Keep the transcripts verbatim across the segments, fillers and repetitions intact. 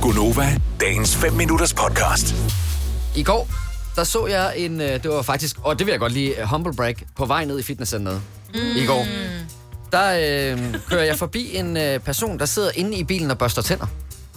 Gunova, dagens fem minutters podcast. I går, der så jeg en, det var faktisk, og det vil jeg godt lige, humble brag, på vej ned i fitnesscenteret mm. i går. Der øh, kører jeg forbi en øh, person, der sidder inde i bilen og børster tænder.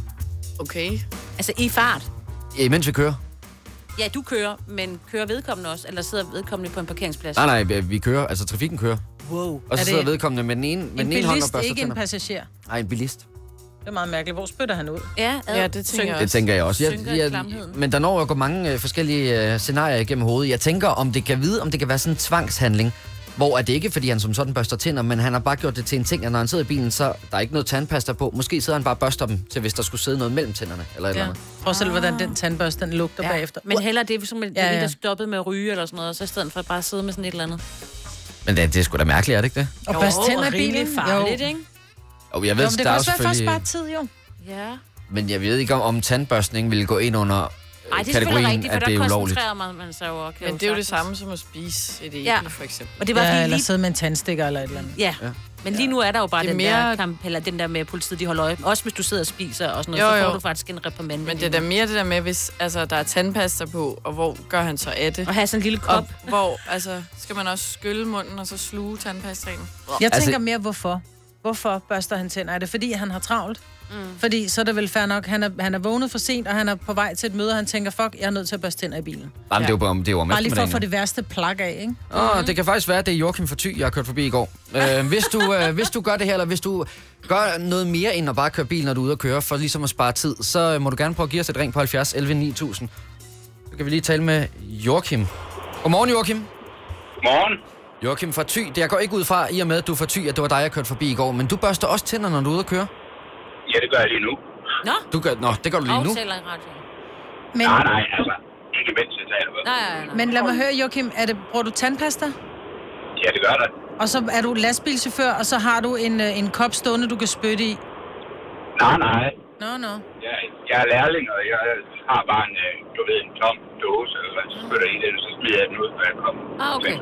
Okay. Altså i fart? Ja, mens vi kører. Ja, du kører, men kører vedkommende også? Eller sidder vedkommende på en parkeringsplads? Nej, nej, vi kører, altså trafikken kører. Wow. Og så sidder vedkommende med den ene, med den ene hånd og børster tænder. En bilist, ikke en passager? Nej, en bilist. Det er meget mærkeligt. Hvor spytter han ud? Ja, ad, ja det tænker jeg også. Det tænker jeg også. Jeg, jeg, men der når jo gå mange øh, forskellige øh, scenarier igennem hovedet. Jeg tænker, om det kan vide, om det kan være sådan en tvangshandling, hvor er det ikke, fordi han som sådan børster tænder, men han har bare gjort det til en ting, at når han sidder i bilen, så der er ikke noget tandpasta på. Måske sidder han bare og børster dem, til hvis der skulle sidde noget mellem tænderne, eller et ja. eller andet. Prøv selv, hvordan den tandbørste, den lugter ja. bagefter. Men heller det, som en, ja, ja. der stoppede med at ryge eller sådan noget, så i stedet for at bare sidde med sådan et eller andet. Men det, det er sgu da mærkeligt, er det ikke det? Og børste tænder i bilen. Farligt, ikke? Og jeg ved, jo, men det der kan også selvfølgelig... være først bare tid, jo. Ja. Men jeg ved ikke, om, om tandbørstning ville gå ind under Ej, det kategorien, rigtigt, at det er ulovligt. koncentrerer man, man sig over. Men det er jo det samme som at spise et æble, ja. for eksempel. Og det var ja, eller lige... sidde med en tandstikker eller et eller andet. Ja. ja. Men lige nu er der jo bare den mere... der kamp, eller den der med politiet, de holder øje. Også hvis du sidder og spiser og sådan noget, jo, jo. så får du faktisk en reprimande. Men det er da mere det der med, hvis altså, der er tandpasta på, og hvor gør han så af det? Og have sådan en lille kop. Og hvor, altså, skal man også skylle munden og så sluge tandpastaen? Jeg tænker mere, hvorfor? Hvorfor børster han tænder? Er det fordi, han har travlt? Mm. Fordi så er det vel fair nok, han er, han er vågnet for sent, og han er på vej til et møde, og han tænker, fuck, jeg er nødt til at børste tænder i bilen. Jamen, ja. det er jo, det er jo bare lige for at få det værste plak af, ikke? Åh, oh, det kan faktisk være, at det er Joachim fra Thy, jeg har kørt forbi i går. uh, hvis, du, uh, hvis du gør det her, eller hvis du gør noget mere end at bare køre bil, når du er ude at køre, for ligesom at spare tid, så må du gerne prøve at give os et ring på halvfjerds elleve ni tusind. Så kan vi lige tale med Joachim. Godmorgen, Joachim. Godmorgen. Joachim fra Thy. Jeg går ikke ud fra, i og med, at du er fra Thy, at det var dig, jeg kørte forbi i går, men du børster også tænder, når du er ude at køre? Ja, det gør jeg lige nu. Nå? Du gør, nå, det gør du lige nu? Aftæller i radioen. Men... Nej, nej, altså. Ikke mens jeg taler med. Nej, nej, nej. Men lad mig høre, Joachim, er det, bruger du tandpasta? Ja, det gør det. Og så er du lastbilchauffør, og så har du en, en kop stående, du kan spytte i? Nej, nej. Nå, nå. Jeg, jeg er lærling, og jeg har bare en, du ved, en tom dåse, eller hvad, så spytter i den, så smider jeg den ud, når jeg kommer. Ah, okay.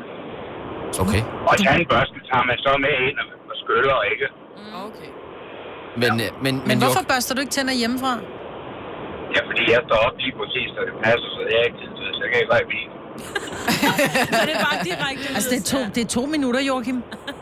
Okay. Og tandbørsten tager man så med ind og skyller, ikke? Okay. Men, ja. men, men, men hvorfor børster du ikke tænder hjemmefra? Ja, fordi jeg står op lige præcis, så det passer, så det er ikke tid til, så jeg kan ikke være i bilen. Så det er bare direkte. Altså, det er to, det er to minutter, Joachim.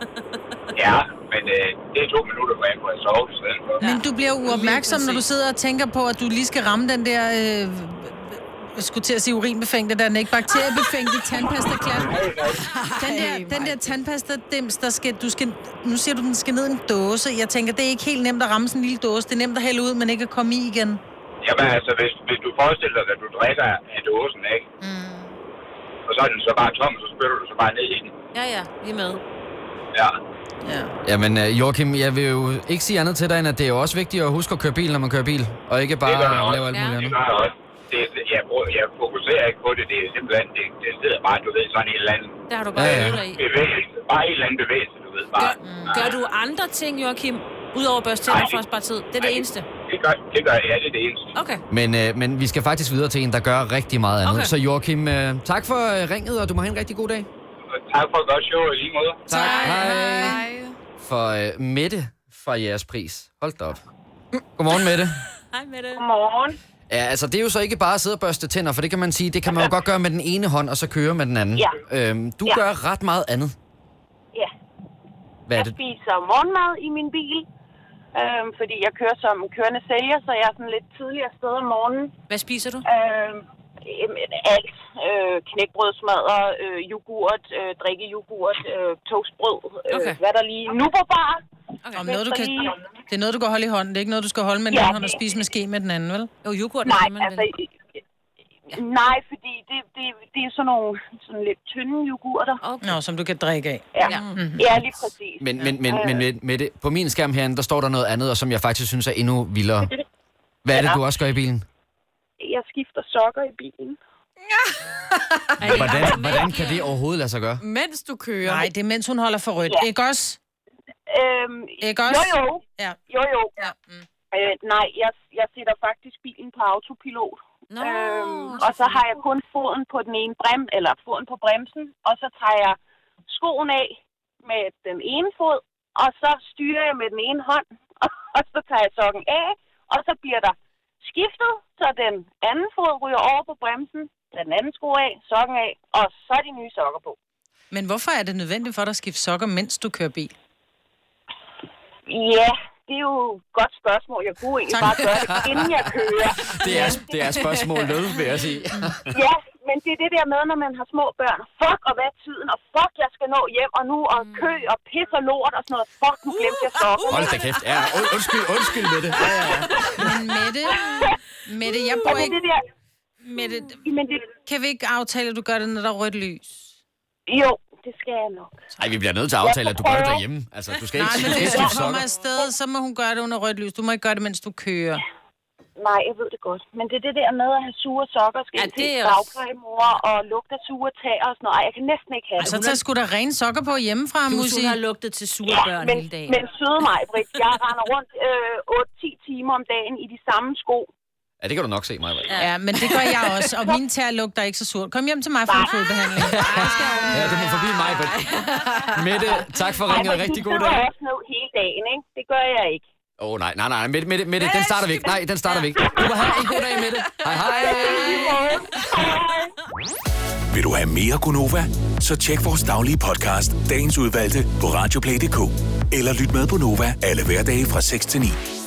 Ja, men øh, det er to minutter, hvor jeg kunne have sovet i stedet for. Men du bliver uopmærksom, når du sidder og tænker på, at du lige skal ramme den der... Øh, jeg skulle til at sige urinbefængte, der er den ikke bakteriebefængte tandpasta-klat. Den der, den der tandpasta-dims, der skal, du skal, nu siger du, den skal ned i en dåse. Jeg tænker, det er ikke helt nemt at ramme sådan en lille dåse. Det er nemt at hælde ud, men ikke at komme i igen. Jamen altså, hvis, hvis du forestiller dig, at du drikker af dåsen, ikke? Mm. Og så er den så bare tom, så spytter du så bare ned i den. Ja, ja, vi er med. Ja. Ja. Jamen, Joachim, jeg vil jo ikke sige andet til dig, end at det er jo også vigtigt at huske at køre bil, når man kører bil. Og ikke bare lave alt muligt andet. Det gør jeg også. Det, jeg, jeg fokuserer ikke på det, det er simpelthen, det, det sidder bare, du ved, sådan en eller anden... Der har du bare ja, ja. i. Bevægelse, bare en eller anden bevægelse, du ved, bare... Gør, gør du andre ting, Joachim, udover børste tænder for at spare tid? Det er det eneste? Det gør, det gør ja, det er det eneste. Okay. Men, øh, men vi skal faktisk videre til en, der gør rigtig meget andet. Okay. Så Joachim, øh, tak for øh, ringet, og du må have en rigtig god dag. Og tak for et godt show i lige måde. Tak. Hej. Hej. For øh, Mette fra jeres pris. Hold da op. Godmorgen, Mette. Hej, Mette. Godmorgen. Ja, altså det er jo så ikke bare at sidde og børste tænder, for det kan man sige, det kan man jo godt gøre med den ene hånd, og så køre med den anden. Ja. Øhm, du ja. gør ret meget andet. Ja. Hvad er jeg det? spiser morgenmad i min bil, øhm, fordi jeg kører som kørende sælger, så jeg er sådan lidt tidligere sted om morgenen. Hvad spiser du? Øhm, alt. Øh, knækbrødsmadder, øh, yoghurt, øh, drikkeyoghurt, øh, toastbrød, øh, okay. hvad der lige nu på bar. Okay. Noget, du kan, det er noget, du kan holde i hånden. Det er ikke noget, du skal holde med den ja, ene hånd og spise med ske med den anden, vel? Jo, yoghurt. Nej, man altså... Ja. Nej, fordi det, det, det er sådan nogle sådan lidt tynde yoghurter. Okay. Nå, som du kan drikke af. Ja, mm-hmm. ja lige præcis. Men, men, men, men med, med det, på min skærm herinde, der står der noget andet, og som jeg faktisk synes er endnu vildere. Hvad er det, du også gør i bilen? Jeg skifter sokker i bilen. hvordan, hvordan kan det overhovedet lade sig gøre? Mens du kører? Nej, det er mens hun holder for rødt. Ja. Ikke også? Øhm, ikke også? Jo, jo. Ja. Jo, jo. Ja. Mm. Øh, nej, jeg, jeg sætter faktisk bilen på autopilot. Nå, øhm, og så har jeg kun foden på den ene brem, eller foden på bremsen, og så tager jeg skoen af med den ene fod, og så styrer jeg med den ene hånd, og så tager jeg sokken af, og så bliver der skiftet, så den anden fod ryger over på bremsen, tager den anden sko af, sokken af, og så er de nye sokker på. Men hvorfor er det nødvendigt for dig at skifte sokker, mens du kører bil? Ja, det er jo et godt spørgsmål. Jeg kunne egentlig tak. bare gøre det, inden jeg kører. Det er, det er spørgsmål lød, vil jeg sige. Ja, men det er det der med, når man har små børn. Fuck, og hvad er tiden? Og fuck, jeg skal nå hjem, og nu og kø og pis og lort og sådan noget. Fuck, nu glemte jeg sokker. Hold da kæft. Ja, undskyld, undskyld med det. Ja, ja, ja. Men Mette, Mette, jeg bor ikke... Det der... Mette, men det... kan vi ikke aftale, at du gør det, når der er rødt lys? Jo, det skal jeg nok. Ej, vi bliver nødt til at aftale, at du gør det derhjemme. Altså, du skal ikke, Nej, men du hvis skal du ikke kommer afsted, så må hun gøre det under rødt lys. Du må ikke gøre det, mens du kører. Nej, jeg ved det godt. Men det er det der med at have sure sokker, skal ja, til dagplejemor og lugte af sure tæer og sådan noget. Ej, jeg kan næsten ikke have det. Så tager sgu da rene sokker på hjemmefra, Musi. Du har lugtet til sure ja, børn men, hele dagen. Men søde mig, Britt. Jeg render rundt øh, otte til ti timer om dagen i de samme sko. Ja, det kan du nok se mig. Ja. ja, men det gør jeg også. Og mine tæer lugter ikke så surt. Kom hjem til mig for en fodbehandling. Ja, du må forbi mig, Britt. Mette, tak for ringet. Rigtig god dag. Jeg også ned hele dagen, ikke? Det gør jeg ikke. Åh, oh, nej, nej, nej. Mette, Mette, Mette, den starter vi ikke. Nej, den starter vi ikke. Du må have en god dag, Mette. Hej, hej. Vil du have mere Gunova? Så tjek vores daglige podcast, dagens udvalgte, på radioplay punktum d k. Eller lyt med på Nova alle hverdage fra seks til ni.